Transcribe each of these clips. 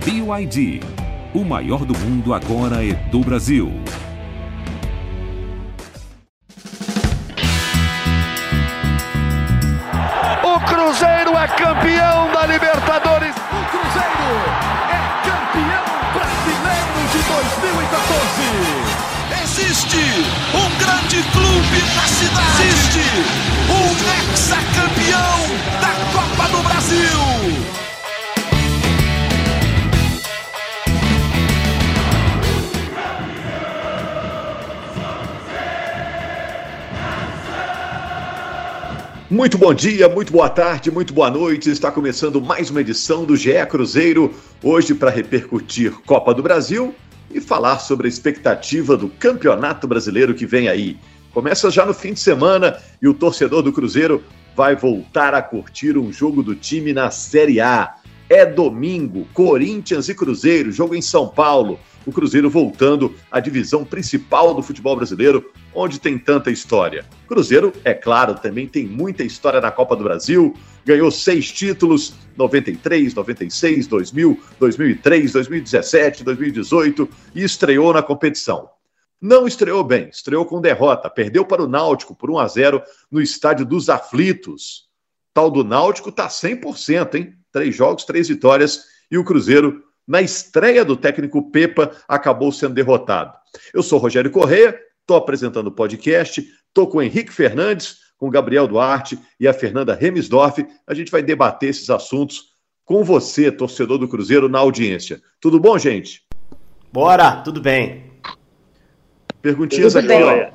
BYD. O maior do mundo agora é do Brasil. O Cruzeiro é campeão da Libertadores. O Cruzeiro é campeão brasileiro de 2014. Existe um grande clube na cidade. Existe um hexacampeão da Copa do Brasil. Muito bom dia, muito boa tarde, muito boa noite. Está começando mais uma edição do GE Cruzeiro, hoje para repercutir Copa do Brasil e falar sobre a expectativa do Campeonato Brasileiro que vem aí. Começa já no fim de semana e o torcedor do Cruzeiro vai voltar a curtir um jogo do time na Série A. É domingo, Corinthians e Cruzeiro, jogo em São Paulo. O Cruzeiro voltando à divisão principal do futebol brasileiro, onde tem tanta história. Cruzeiro, é claro, também tem muita história na Copa do Brasil, ganhou 6 títulos, 93, 96, 2000, 2003, 2017, 2018, e estreou na competição. Não estreou bem, estreou com derrota, perdeu para o Náutico por 1-0 no Estádio dos Aflitos. Tal do Náutico está 100%, hein? 3 jogos, 3 vitórias, e o Cruzeiro, na estreia do técnico Pepa, acabou sendo derrotado. Eu sou Rogério Corrêa, estou apresentando o podcast, estou com o Henrique Fernandes, com o Gabriel Duarte e a Fernanda Remisdorf. A gente vai debater esses assuntos com você, torcedor do Cruzeiro, na audiência. Tudo bom, gente? Bora, tudo bem. Perguntinhas aqui, ó.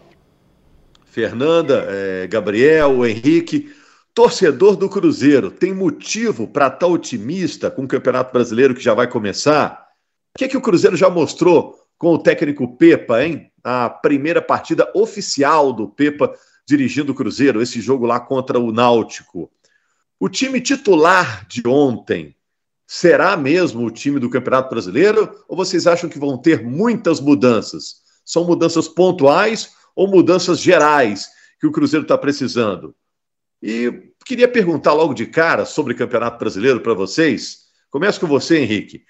Fernanda, Gabriel, Henrique. Torcedor do Cruzeiro, tem motivo para estar otimista com o Campeonato Brasileiro que já vai começar? O que o Cruzeiro já mostrou com o técnico Pepa, hein? A primeira partida oficial do Pepa dirigindo o Cruzeiro, esse jogo lá contra o Náutico. O time titular de ontem será mesmo o time do Campeonato Brasileiro ou vocês acham que vão ter muitas mudanças? São mudanças pontuais ou mudanças gerais que o Cruzeiro está precisando? E queria perguntar logo de cara sobre o Campeonato Brasileiro para vocês. Começo com você, Henrique.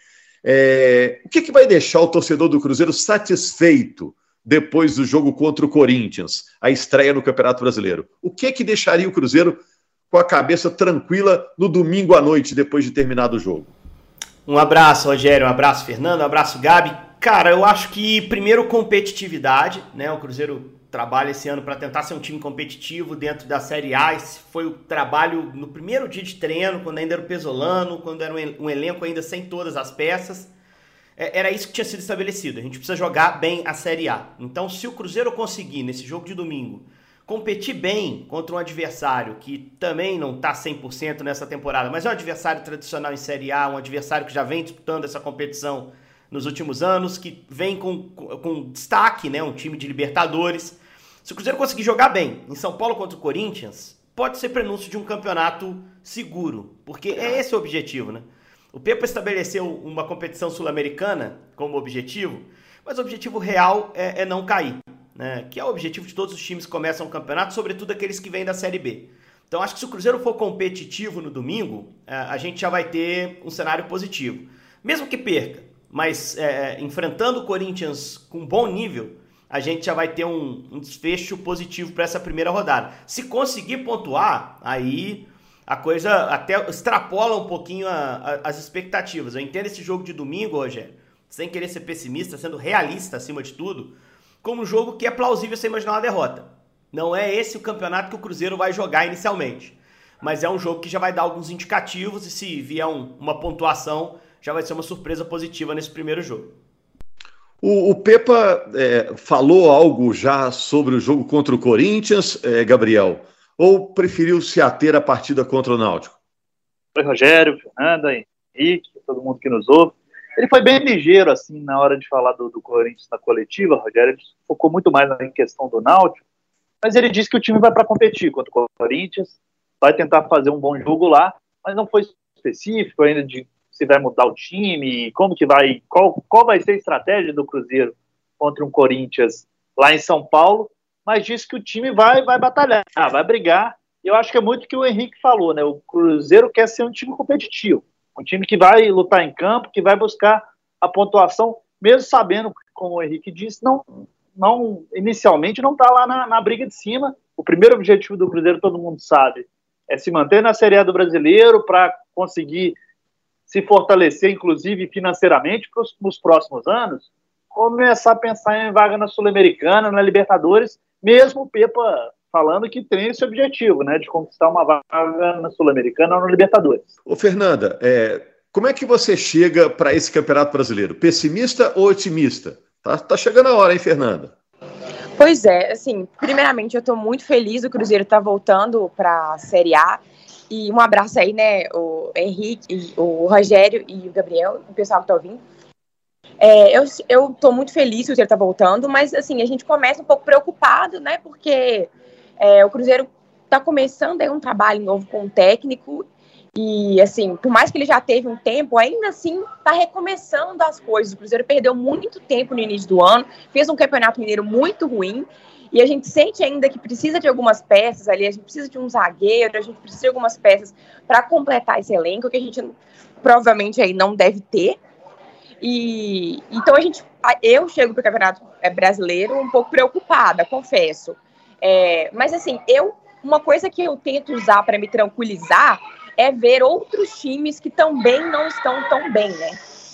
O que vai deixar o torcedor do Cruzeiro satisfeito depois do jogo contra o Corinthians, a estreia no Campeonato Brasileiro? O que deixaria o Cruzeiro com a cabeça tranquila no domingo à noite, depois de terminado o jogo? Um abraço, Rogério, um abraço, Fernando, um abraço, Gabi. Cara, eu acho que, primeiro, competitividade, né? O Cruzeiro trabalha esse ano para tentar ser um time competitivo dentro da Série A. Esse foi o trabalho no primeiro dia de treino, quando ainda era o Pesolano, quando era um elenco ainda sem todas as peças. Era isso que tinha sido estabelecido. A gente precisa jogar bem a Série A. Então, se o Cruzeiro conseguir, nesse jogo de domingo, competir bem contra um adversário que também não está 100% nessa temporada, mas é um adversário tradicional em Série A, um adversário que já vem disputando essa competição nos últimos anos, que vem com destaque, né, um time de Libertadores. Se o Cruzeiro conseguir jogar bem em São Paulo contra o Corinthians, pode ser prenúncio de um campeonato seguro, porque é esse o objetivo, né? O Pepa estabeleceu uma competição sul-americana como objetivo, mas o objetivo real é não cair, né? Que é o objetivo de todos os times que começam o campeonato, sobretudo aqueles que vêm da Série B. Então acho que se o Cruzeiro for competitivo no domingo, a gente já vai ter um cenário positivo. Mesmo que perca, mas enfrentando o Corinthians com bom nível, a gente já vai ter um desfecho positivo para essa primeira rodada. Se conseguir pontuar, aí a coisa até extrapola um pouquinho as expectativas. Eu entendo esse jogo de domingo, Rogério, sem querer ser pessimista, sendo realista acima de tudo, como um jogo que é plausível você imaginar uma derrota. Não é esse o campeonato que o Cruzeiro vai jogar inicialmente, mas é um jogo que já vai dar alguns indicativos e se vier uma pontuação, já vai ser uma surpresa positiva nesse primeiro jogo. O Pepa falou algo já sobre o jogo contra o Corinthians, Gabriel? Ou preferiu se ater à partida contra o Náutico? Oi, Rogério, Fernanda, Henrique, todo mundo que nos ouve. Ele foi bem ligeiro, assim, na hora de falar do Corinthians na coletiva, Rogério. Ele focou muito mais na questão do Náutico, mas ele disse que o time vai para competir contra o Corinthians, vai tentar fazer um bom jogo lá, mas não foi específico ainda de se vai mudar o time, como que vai, qual vai ser a estratégia do Cruzeiro contra um Corinthians lá em São Paulo, mas disse que o time vai batalhar, vai brigar. E eu acho que é muito o que o Henrique falou, né? O Cruzeiro quer ser um time competitivo. Um time que vai lutar em campo, que vai buscar a pontuação, mesmo sabendo, como o Henrique disse, inicialmente não está lá na briga de cima. O primeiro objetivo do Cruzeiro, todo mundo sabe, é se manter na Série A do Brasileiro para conseguir se fortalecer, inclusive financeiramente, nos próximos anos, começar a pensar em vaga na Sul-Americana, na Libertadores, mesmo o Pepa falando que tem esse objetivo, né, de conquistar uma vaga na Sul-Americana ou na Libertadores. Ô Fernanda, como é que você chega para esse Campeonato Brasileiro? Pessimista ou otimista? Tá chegando a hora, hein, Fernanda? Pois é, assim, primeiramente eu estou muito feliz, o Cruzeiro tá voltando para a Série A, e um abraço aí, né, o Henrique, o Rogério e o Gabriel, o pessoal que tá ouvindo. Eu tô muito feliz que o Cruzeiro tá voltando, mas assim, a gente começa um pouco preocupado, né, porque o Cruzeiro tá começando aí um trabalho novo com o técnico, e assim, por mais que ele já teve um tempo, ainda assim tá recomeçando as coisas. O Cruzeiro perdeu muito tempo no início do ano, fez um campeonato mineiro muito ruim, e a gente sente ainda que precisa de algumas peças ali, a gente precisa de um zagueiro, a gente precisa de algumas peças para completar esse elenco, que a gente provavelmente aí não deve ter. E então eu chego para o Campeonato Brasileiro um pouco preocupada, confesso. Mas assim, uma coisa que eu tento usar para me tranquilizar é ver outros times que também não estão tão bem, né?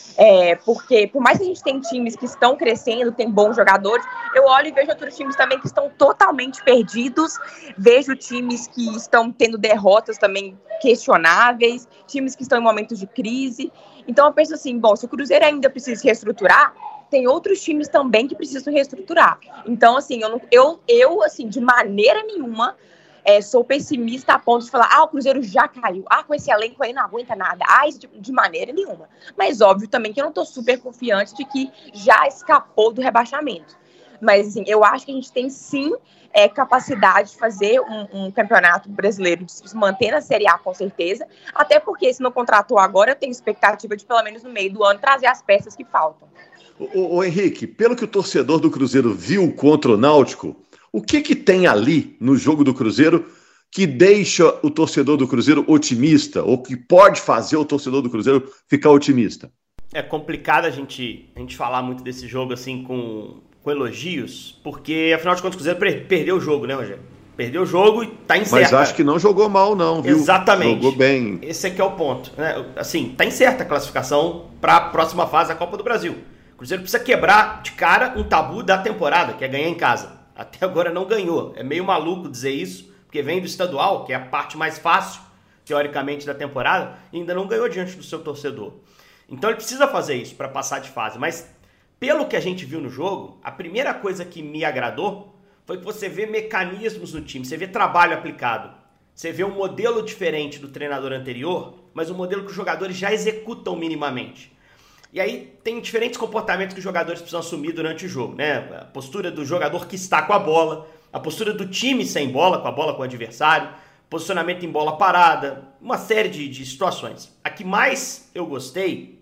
Porque por mais que a gente tenha times que estão crescendo, tem bons jogadores, eu olho e vejo outros times também que estão totalmente perdidos, vejo times que estão tendo derrotas também questionáveis, times que estão em momentos de crise. Então eu penso assim, bom, se o Cruzeiro ainda precisa se reestruturar, tem outros times também que precisam reestruturar. Então, assim, eu assim, de maneira nenhuma sou pessimista a ponto de falar, o Cruzeiro já caiu, com esse elenco aí não aguenta nada, isso de maneira nenhuma. Mas óbvio também que eu não estou super confiante de que já escapou do rebaixamento. Mas assim, eu acho que a gente tem sim capacidade de fazer um campeonato brasileiro, de se manter na Série A com certeza, até porque se não contratou agora, eu tenho expectativa de pelo menos no meio do ano trazer as peças que faltam. Ô Henrique, pelo que o torcedor do Cruzeiro viu contra o Náutico, o que tem ali no jogo do Cruzeiro que deixa o torcedor do Cruzeiro otimista, ou que pode fazer o torcedor do Cruzeiro ficar otimista? É complicado a gente falar muito desse jogo assim com elogios, porque afinal de contas o Cruzeiro perdeu o jogo, né, Rogério? Perdeu o jogo e tá incerto. Mas acho que não jogou mal não, viu? Exatamente. Jogou bem. Esse aqui é o ponto, né? Assim, tá incerta a classificação para a próxima fase da Copa do Brasil. O Cruzeiro precisa quebrar de cara um tabu da temporada, que é ganhar em casa. Até agora não ganhou. É meio maluco dizer isso, porque vem do estadual, que é a parte mais fácil, teoricamente, da temporada, e ainda não ganhou diante do seu torcedor. Então ele precisa fazer isso para passar de fase. Mas, pelo que a gente viu no jogo, a primeira coisa que me agradou foi que você vê mecanismos no time, você vê trabalho aplicado, você vê um modelo diferente do treinador anterior, mas um modelo que os jogadores já executam minimamente. E aí tem diferentes comportamentos que os jogadores precisam assumir durante o jogo, né? A postura do jogador que está com a bola, a postura do time sem bola, com a bola com o adversário, posicionamento em bola parada, uma série de situações. A que mais eu gostei,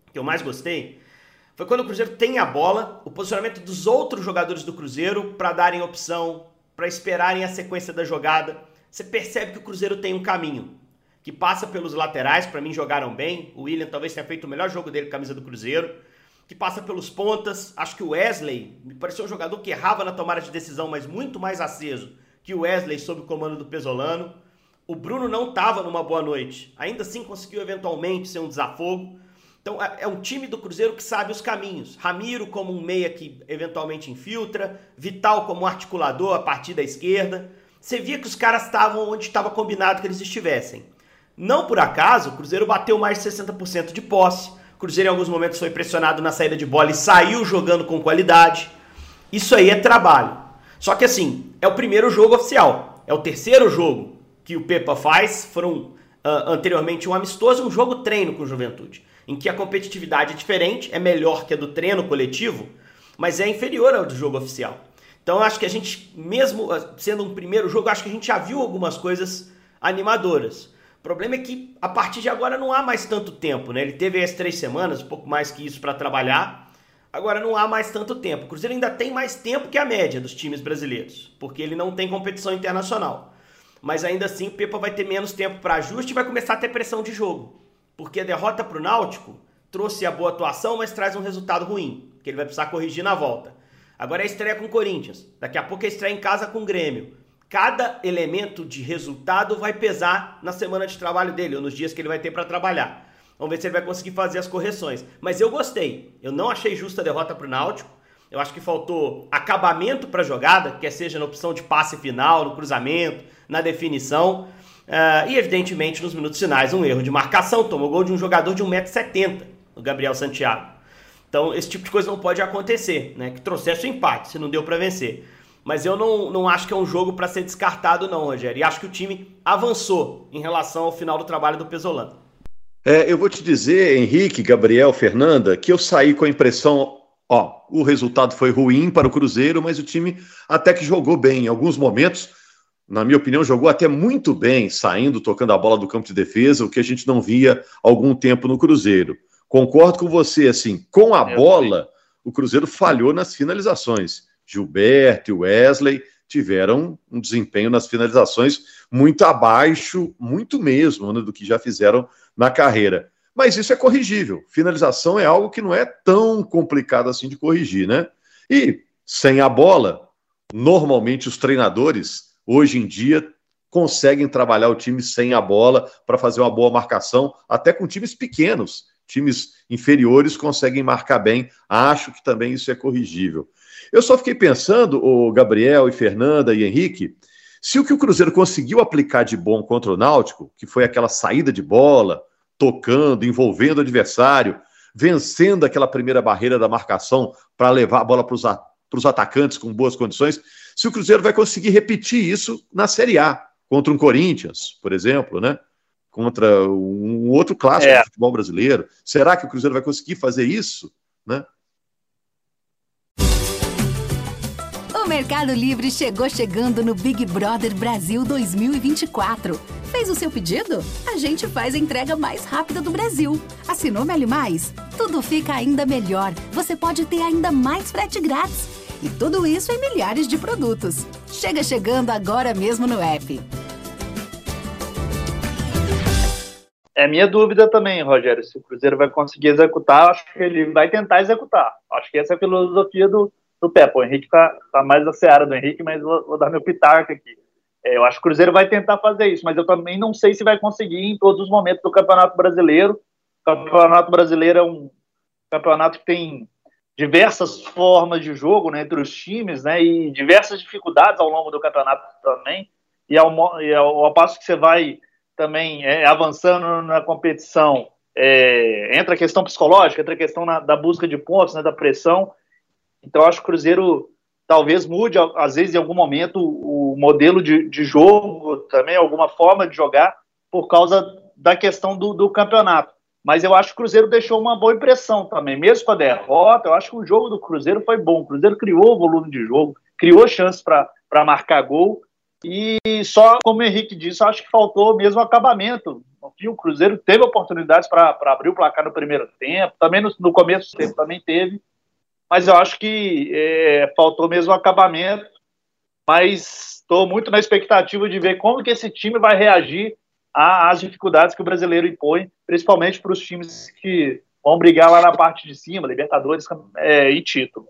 foi quando o Cruzeiro tem a bola, o posicionamento dos outros jogadores do Cruzeiro para darem opção, para esperarem a sequência da jogada. Você percebe que o Cruzeiro tem um caminho que passa pelos laterais, para mim jogaram bem. O William talvez tenha feito o melhor jogo dele com a camisa do Cruzeiro. Que passa pelos pontas. Acho que o Wesley me pareceu um jogador que errava na tomada de decisão, mas muito mais aceso que o Wesley sob o comando do Pesolano. O Bruno não estava numa boa noite. Ainda assim conseguiu eventualmente ser um desafogo. Então é um time do Cruzeiro que sabe os caminhos. Ramiro como um meia que eventualmente infiltra. Vital como um articulador a partir da esquerda. Você via que os caras estavam onde estava combinado que eles estivessem. Não por acaso, o Cruzeiro bateu mais de 60% de posse. O Cruzeiro em alguns momentos foi pressionado na saída de bola e saiu jogando com qualidade. Isso aí é trabalho. Só que assim, é o primeiro jogo oficial. É o terceiro jogo que o Pepa faz. Foram anteriormente um amistoso e um jogo treino com o Juventude. Em que a competitividade é diferente, é melhor que a do treino coletivo, mas é inferior ao do jogo oficial. Então eu acho que a gente, mesmo sendo um primeiro jogo, acho que a gente já viu algumas coisas animadoras. O problema é que a partir de agora não há mais tanto tempo, né? Ele teve as 3 semanas, um pouco mais que isso para trabalhar. Agora não há mais tanto tempo. O Cruzeiro ainda tem mais tempo que a média dos times brasileiros, porque ele não tem competição internacional. Mas ainda assim o Pepa vai ter menos tempo para ajuste e vai começar a ter pressão de jogo. Porque a derrota para o Náutico trouxe a boa atuação, mas traz um resultado ruim, que ele vai precisar corrigir na volta. Agora é a estreia com o Corinthians, daqui a pouco é a estreia em casa com o Grêmio. Cada elemento de resultado vai pesar na semana de trabalho dele, ou nos dias que ele vai ter para trabalhar. Vamos ver se ele vai conseguir fazer as correções. Mas eu gostei, eu não achei justa a derrota para o Náutico. Eu acho que faltou acabamento para a jogada, quer seja na opção de passe final, no cruzamento, na definição. E evidentemente nos minutos finais um erro de marcação, tomou gol de um jogador de 1,70 m, o Gabriel Santiago. Então esse tipo de coisa não pode acontecer, né? Que trouxesse o empate, se não deu para vencer. Mas eu não acho que é um jogo para ser descartado não, Rogério. E acho que o time avançou em relação ao final do trabalho do Pesolano. Eu vou te dizer, Henrique, Gabriel, Fernanda, que eu saí com a impressão, o resultado foi ruim para o Cruzeiro, mas o time até que jogou bem. Em alguns momentos, na minha opinião, jogou até muito bem, saindo, tocando a bola do campo de defesa, o que a gente não via há algum tempo no Cruzeiro. Concordo com você, assim, com a bola, o Cruzeiro falhou nas finalizações. Gilberto e Wesley tiveram um desempenho nas finalizações muito abaixo, muito mesmo, né, do que já fizeram na carreira. Mas isso é corrigível. Finalização é algo que não é tão complicado assim de corrigir, né? E sem a bola, normalmente os treinadores, hoje em dia, conseguem trabalhar o time sem a bola para fazer uma boa marcação, até com times pequenos. Times inferiores conseguem marcar bem. Acho que também isso é corrigível. Eu só fiquei pensando, o Gabriel e Fernanda e Henrique, se o que o Cruzeiro conseguiu aplicar de bom contra o Náutico, que foi aquela saída de bola, tocando, envolvendo o adversário, vencendo aquela primeira barreira da marcação para levar a bola para os atacantes com boas condições, se o Cruzeiro vai conseguir repetir isso na Série A, contra um Corinthians, por exemplo, né? Contra um outro clássico do futebol brasileiro. Será que o Cruzeiro vai conseguir fazer isso, né? O Mercado Livre chegando no Big Brother Brasil 2024. Fez o seu pedido? A gente faz a entrega mais rápida do Brasil. Assinou Meli Mais? Tudo fica ainda melhor. Você pode ter ainda mais frete grátis. E tudo isso em milhares de produtos. Chegando agora mesmo no app. É minha dúvida também, Rogério, se o Cruzeiro vai conseguir executar. Acho que ele vai tentar executar. Acho que essa é a filosofia do Pepe. O Henrique tá mais na seara do Henrique, mas vou dar meu pitaco aqui. Eu acho que o Cruzeiro vai tentar fazer isso, mas eu também não sei se vai conseguir em todos os momentos do Campeonato Brasileiro. O Campeonato Brasileiro é um campeonato que tem diversas formas de jogo, né, entre os times, né, e diversas dificuldades ao longo do campeonato também. E ao passo que você vai também avançando na competição, entra a questão psicológica, entra a questão da busca de pontos, né, da pressão. Então, acho que o Cruzeiro talvez mude, às vezes, em algum momento, o modelo de jogo, também alguma forma de jogar, por causa da questão do campeonato. Mas eu acho que o Cruzeiro deixou uma boa impressão também. Mesmo com a derrota, eu acho que o jogo do Cruzeiro foi bom. O Cruzeiro criou volume de jogo, criou chances para marcar gol. E só, como o Henrique disse, eu acho que faltou mesmo acabamento. O Cruzeiro teve oportunidades para abrir o placar no primeiro tempo, também no começo do tempo também teve. Mas eu acho que faltou mesmo acabamento. Mas estou muito na expectativa de ver como que esse time vai reagir às dificuldades que o brasileiro impõe, principalmente para os times que vão brigar lá na parte de cima, Libertadores e título.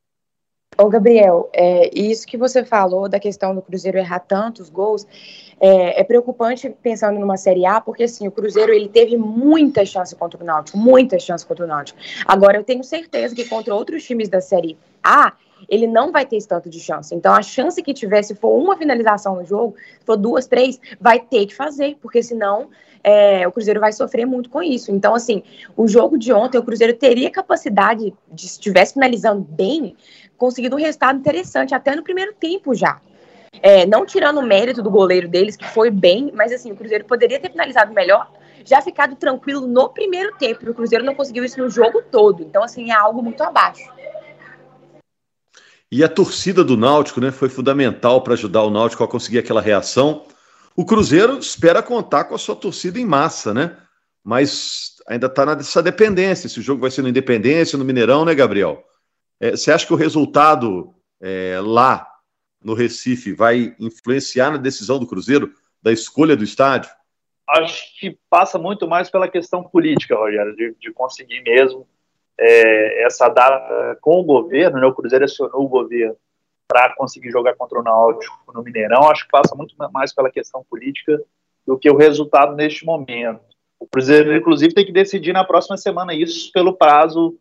Ô, Gabriel, isso que você falou da questão do Cruzeiro errar tantos gols é preocupante pensando numa Série A, porque assim, o Cruzeiro ele teve muita chance contra o Náutico, muita chance contra o Náutico. Agora, eu tenho certeza que contra outros times da Série A, ele não vai ter esse tanto de chance. Então, a chance que tiver, se for uma finalização no jogo, se for 2, 3, vai ter que fazer, porque senão o Cruzeiro vai sofrer muito com isso. Então, assim, o jogo de ontem, o Cruzeiro teria capacidade de, se estivesse finalizando bem, conseguido um resultado interessante, até no primeiro tempo já. Não tirando o mérito do goleiro deles, que foi bem, mas assim, o Cruzeiro poderia ter finalizado melhor, já ficado tranquilo no primeiro tempo, e o Cruzeiro não conseguiu isso no jogo todo. Então, assim, é algo muito abaixo. E a torcida do Náutico, né, foi fundamental para ajudar o Náutico a conseguir aquela reação. O Cruzeiro espera contar com a sua torcida em massa, né? Mas ainda está nessa dependência. Esse jogo vai ser no Independência, no Mineirão, né, Gabriel? Você acha que o resultado lá no Recife vai influenciar na decisão do Cruzeiro, da escolha do estádio? Acho que passa muito mais pela questão política, Rogério, de conseguir mesmo essa data com o governo, né? O Cruzeiro acionou o governo para conseguir jogar contra o Náutico no Mineirão. Acho que passa muito mais pela questão política do que o resultado neste momento. O Cruzeiro, inclusive, tem que decidir na próxima semana isso pelo prazo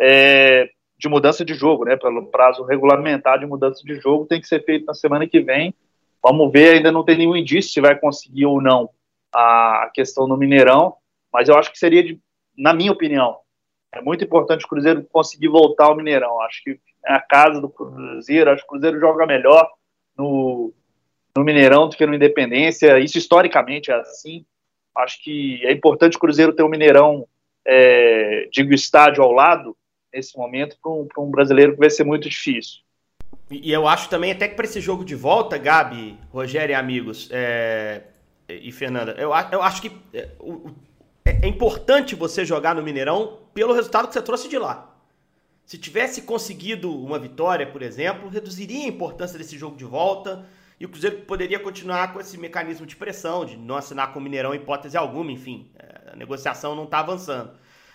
de mudança de jogo, né? Pelo prazo regulamentar de mudança de jogo, tem que ser feito na semana que vem. Vamos ver, ainda não tem nenhum indício se vai conseguir ou não a questão no Mineirão, mas eu acho que seria, na minha opinião, é muito importante o Cruzeiro conseguir voltar ao Mineirão. Acho que é a casa do Cruzeiro, acho que o Cruzeiro joga melhor no Mineirão do que no Independência, isso historicamente é assim. Acho que é importante o Cruzeiro ter um Mineirão, digo, estádio ao lado, nesse momento, para um brasileiro que vai ser muito difícil. E eu acho também, até que para esse jogo de volta, Gabi, Rogério e amigos, e Fernanda, eu acho que é importante você jogar no Mineirão pelo resultado que você trouxe de lá. Se tivesse conseguido uma vitória, por exemplo, reduziria a importância desse jogo de volta e o Cruzeiro poderia continuar com esse mecanismo de pressão, de não assinar com o Mineirão em hipótese alguma, enfim, a negociação não está avançando.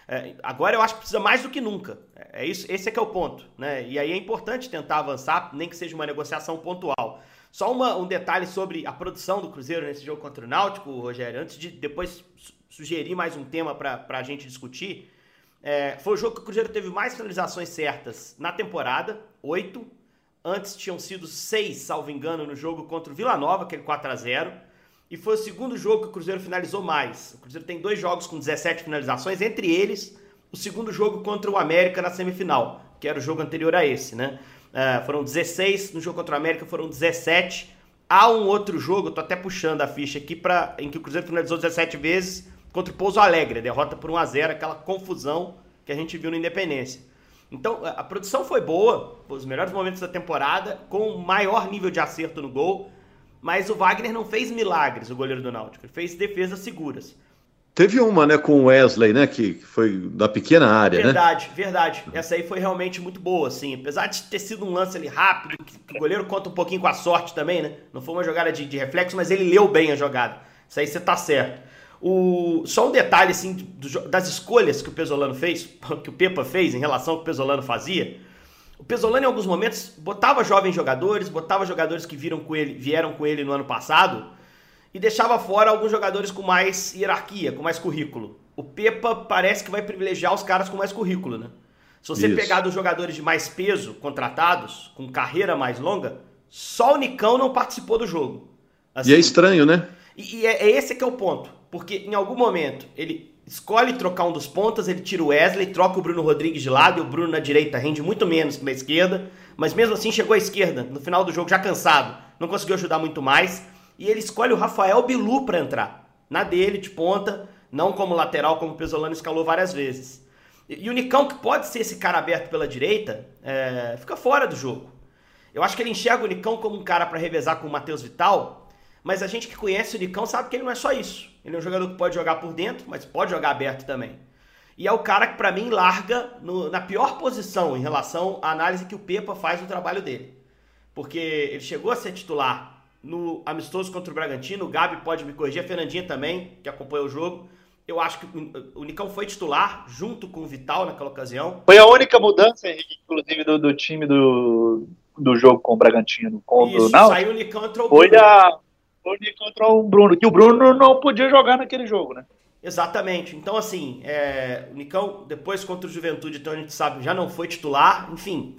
Agora eu acho que precisa mais do que nunca. Esse é que é o ponto, né? E aí é importante tentar avançar, nem que seja uma negociação pontual. Só um detalhe sobre a produção do Cruzeiro nesse jogo contra o Náutico, Rogério, antes de depois sugerir mais um tema para a gente discutir. Foi o jogo que o Cruzeiro teve mais finalizações certas na temporada, 8. Antes tinham sido 6, salvo engano, no jogo contra o Vila Nova, aquele 4-0. E foi o segundo jogo que o Cruzeiro finalizou mais. O Cruzeiro tem 2 jogos com 17 finalizações, entre eles o segundo jogo contra o América na semifinal, que era o jogo anterior a esse, né? Foram 16, no jogo contra o América foram 17. Há um outro jogo, eu tô até puxando a ficha aqui, em que o Cruzeiro finalizou 17 vezes contra o Pouso Alegre, derrota por 1-0, aquela confusão que a gente viu no Independência. Então, a produção foi boa, foi os melhores momentos da temporada, com o maior nível de acerto no gol, mas o Wagner não fez milagres, o goleiro do Náutico, ele fez defesas seguras. Teve uma, né, com o Wesley, né, que foi da pequena área, Verdade. Essa aí foi realmente muito boa, assim. Apesar de ter sido um lance ali rápido, que o goleiro conta um pouquinho com a sorte também, né? Não foi uma jogada de reflexo, mas ele leu bem a jogada. Isso aí você tá certo. Só um detalhe, assim, das escolhas que o Pesolano fez, que o Pepa fez em relação ao que o Pesolano fazia. O Pesolano, em alguns momentos, botava jovens jogadores, botava jogadores que vieram com ele no ano passado, e deixava fora alguns jogadores com mais hierarquia, com mais currículo. O Pepa parece que vai privilegiar os caras com mais currículo, né? Se você pegar dos jogadores de mais peso, contratados, com carreira mais longa, só o Nicão não participou do jogo. Assim, e é estranho, né? E esse que é o ponto. Porque em algum momento ele escolhe trocar um dos pontas, ele tira o Wesley, troca o Bruno Rodrigues de lado, e o Bruno na direita rende muito menos que na esquerda, mas mesmo assim chegou à esquerda, no final do jogo já cansado, não conseguiu ajudar muito mais. E ele escolhe o Rafael Bilu para entrar. Na dele, de ponta, não como lateral, como o Pesolano escalou várias vezes. E o Nicão, que pode ser esse cara aberto pela direita, fica fora do jogo. Eu acho que ele enxerga o Nicão como um cara para revezar com o Matheus Vital, mas a gente que conhece o Nicão sabe que ele não é só isso. Ele é um jogador que pode jogar por dentro, mas pode jogar aberto também. E é o cara que, para mim, larga na pior posição em relação à análise que o Pepa faz do trabalho dele. Porque ele chegou a ser titular no amistoso contra o Bragantino, o Gabi pode me corrigir, a Fernandinha também, que acompanhou o jogo. Eu acho que o Nicão foi titular, junto com o Vital naquela ocasião. Foi a única mudança, Henrique, inclusive, do time do jogo com o Bragantino. Isso, saiu o Nicão, entrou o Bruno. Foi o Nicão, entrou o Bruno, que o Bruno não podia jogar naquele jogo, né? Exatamente. Então, assim, o Nicão, depois contra o Juventude, então a gente sabe, já não foi titular, enfim.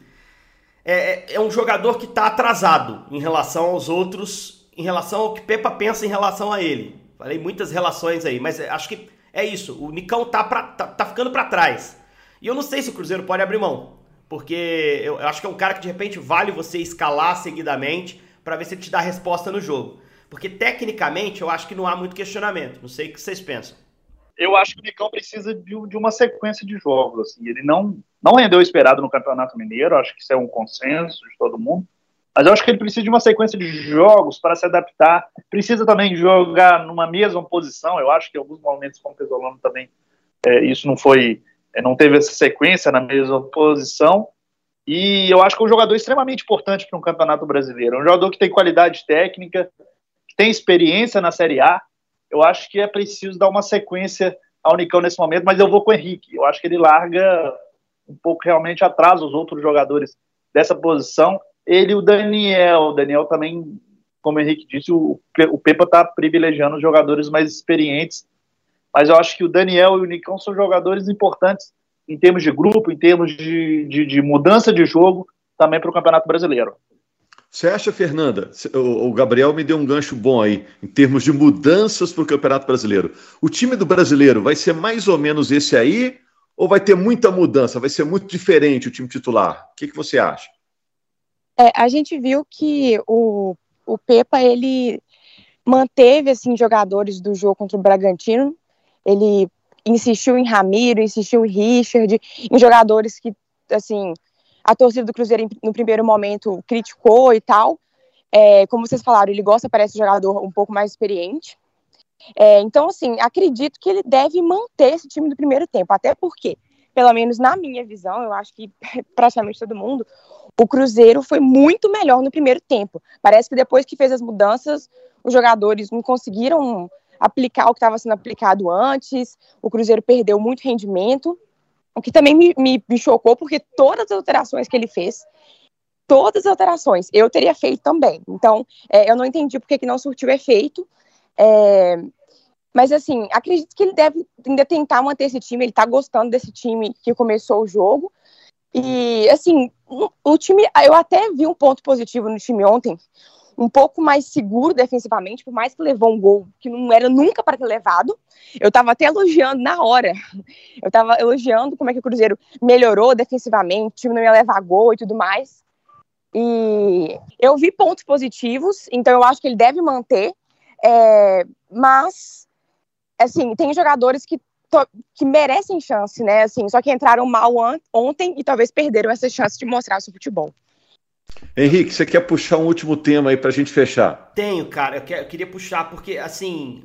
É um jogador que está atrasado em relação aos outros, em relação ao que Pepa pensa em relação a ele. Falei muitas relações aí, mas acho que é isso. O Nicão tá ficando para trás. E eu não sei se o Cruzeiro pode abrir mão, porque eu acho que é um cara que de repente vale você escalar seguidamente para ver se ele te dá resposta no jogo. Porque tecnicamente eu acho que não há muito questionamento. Não sei o que vocês pensam. Eu acho que o Nicão precisa de uma sequência de jogos. Assim. Ele não rendeu o esperado no Campeonato Mineiro, acho que isso é um consenso de todo mundo. Mas eu acho que ele precisa de uma sequência de jogos para se adaptar. Precisa também jogar numa mesma posição. Eu acho que em alguns momentos, como o Pesolano também, isso não teve essa sequência na mesma posição. E eu acho que é um jogador extremamente importante para um Campeonato Brasileiro. É um jogador que tem qualidade técnica, que tem experiência na Série A. eu acho que é preciso dar uma sequência ao Nicão nesse momento, mas eu vou com o Henrique. Eu acho que ele larga um pouco realmente atrás os outros jogadores dessa posição. Ele e o Daniel. O Daniel também, como o Henrique disse, o Pepa está privilegiando os jogadores mais experientes, mas eu acho que o Daniel e o Nicão são jogadores importantes em termos de grupo, em termos de mudança de jogo, também para o Campeonato Brasileiro. Você acha, Fernanda, o Gabriel me deu um gancho bom aí, em termos de mudanças para o Campeonato Brasileiro. O time do Brasileiro vai ser mais ou menos esse aí, ou vai ter muita mudança, vai ser muito diferente o time titular? O que você acha? A gente viu que o Pepa, ele manteve, assim, jogadores do jogo contra o Bragantino. Ele insistiu em Ramiro, insistiu em Richard, em jogadores que, assim, a torcida do Cruzeiro no primeiro momento criticou e tal. Como vocês falaram, ele gosta, parece, de jogador um pouco mais experiente. Então, assim, acredito que ele deve manter esse time do primeiro tempo, até porque, pelo menos na minha visão, eu acho que praticamente todo mundo, o Cruzeiro foi muito melhor no primeiro tempo. Parece que depois que fez as mudanças, os jogadores não conseguiram aplicar o que estava sendo aplicado antes, o Cruzeiro perdeu muito rendimento, o que também me chocou, porque todas as alterações que ele fez, todas as alterações, eu teria feito também. Então, eu não entendi por que não surtiu efeito, mas, assim, acredito que ele deve ainda tentar manter esse time, ele está gostando desse time que começou o jogo, e, assim, o time, eu até vi um ponto positivo no time ontem, um pouco mais seguro defensivamente, por mais que levou um gol que não era nunca para ter levado. Eu estava até elogiando na hora. Eu estava elogiando como é que o Cruzeiro melhorou defensivamente, o time não ia levar gol e tudo mais. E eu vi pontos positivos, então eu acho que ele deve manter. Mas, assim, tem jogadores que merecem chance, né? Assim, só que entraram mal ontem e talvez perderam essa chance de mostrar o seu futebol. Henrique, você quer puxar um último tema aí pra gente fechar? Tenho, cara. Eu queria puxar porque, assim,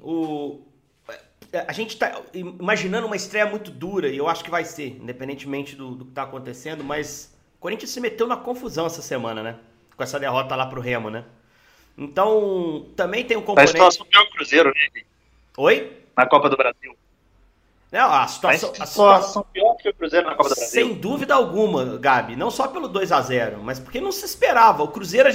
a gente tá imaginando uma estreia muito dura, e eu acho que vai ser, independentemente do que tá acontecendo, mas o Corinthians se meteu na confusão essa semana, né? Com essa derrota lá pro Remo, né? Então, também tem um componente... A situação pior que o Cruzeiro, né, Henrique? Oi? Na Copa do Brasil. Não, a situação pior que o Cruzeiro na Copa do Brasil. Sem dúvida alguma, Gabi. Não só pelo 2-0, mas porque não se esperava. O Cruzeiro,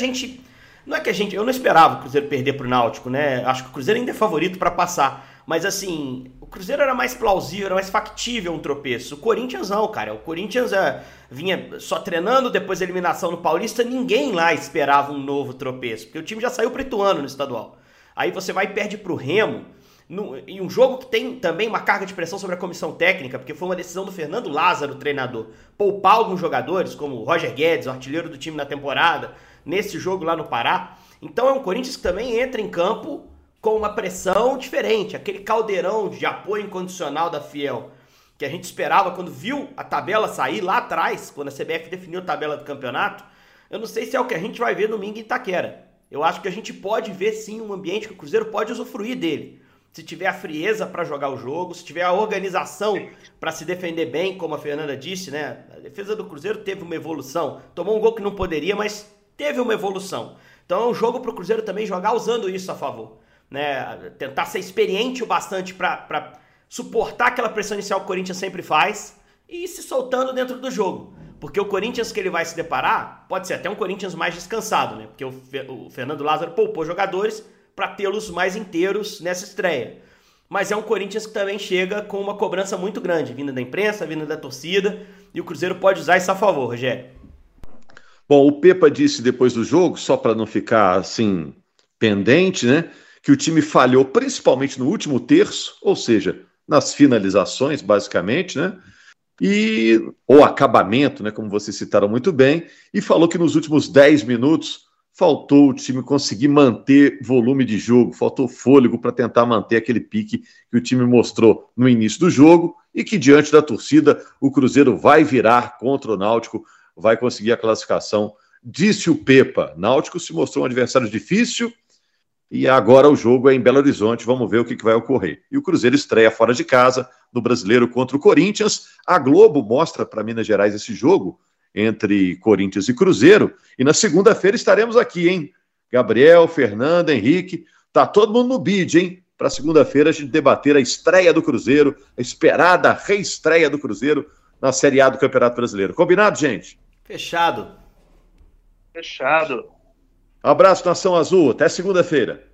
eu não esperava o Cruzeiro perder pro Náutico, né? Acho que o Cruzeiro ainda é favorito para passar. Mas, assim, o Cruzeiro era mais plausível, era mais factível um tropeço. O Corinthians não, cara. O Corinthians vinha só treinando, depois da eliminação no Paulista. Ninguém lá esperava um novo tropeço, porque o time já saiu pro Ituano no estadual. Aí você vai e perde pro Remo. Em um jogo que tem também uma carga de pressão sobre a comissão técnica, porque foi uma decisão do Fernando Lázaro, treinador, poupar alguns jogadores, como o Roger Guedes, o artilheiro do time na temporada, nesse jogo lá no Pará. Então é um Corinthians que também entra em campo com uma pressão diferente, aquele caldeirão de apoio incondicional da Fiel, que a gente esperava quando viu a tabela sair lá atrás, quando a CBF definiu a tabela do campeonato. Eu não sei se é o que a gente vai ver domingo em Itaquera. Eu acho que a gente pode ver sim um ambiente que o Cruzeiro pode usufruir dele. Se tiver a frieza para jogar o jogo, se tiver a organização para se defender bem, como a Fernanda disse, né? A defesa do Cruzeiro teve uma evolução. Tomou um gol que não poderia, mas teve uma evolução. Então é um jogo para o Cruzeiro também jogar usando isso a favor, né? Tentar ser experiente o bastante para suportar aquela pressão inicial que o Corinthians sempre faz e ir se soltando dentro do jogo. Porque o Corinthians que ele vai se deparar pode ser até um Corinthians mais descansado, né? Porque o Fernando Lázaro poupou jogadores para tê-los mais inteiros nessa estreia. Mas é um Corinthians que também chega com uma cobrança muito grande, vinda da imprensa, vinda da torcida, e o Cruzeiro pode usar isso a favor, Rogério. Bom, o Pepa disse depois do jogo, só para não ficar assim pendente, né, que o time falhou principalmente no último terço, ou seja, nas finalizações, basicamente, né, ou acabamento, né, como vocês citaram muito bem, e falou que nos últimos 10 minutos faltou o time conseguir manter volume de jogo, faltou fôlego para tentar manter aquele pique que o time mostrou no início do jogo e que, diante da torcida, o Cruzeiro vai virar contra o Náutico, vai conseguir a classificação, disse o Pepa. Náutico se mostrou um adversário difícil e agora o jogo é em Belo Horizonte, vamos ver o que vai ocorrer. E o Cruzeiro estreia fora de casa, no Brasileiro contra o Corinthians. A Globo mostra para Minas Gerais esse jogo, entre Corinthians e Cruzeiro, e na segunda-feira estaremos aqui, hein? Gabriel, Fernanda, Henrique, tá todo mundo no bid, hein? para segunda-feira a gente debater a estreia do Cruzeiro, a esperada reestreia do Cruzeiro na Série A do Campeonato Brasileiro. Combinado, gente? Fechado. Fechado. Abraço, Nação Azul. Até segunda-feira.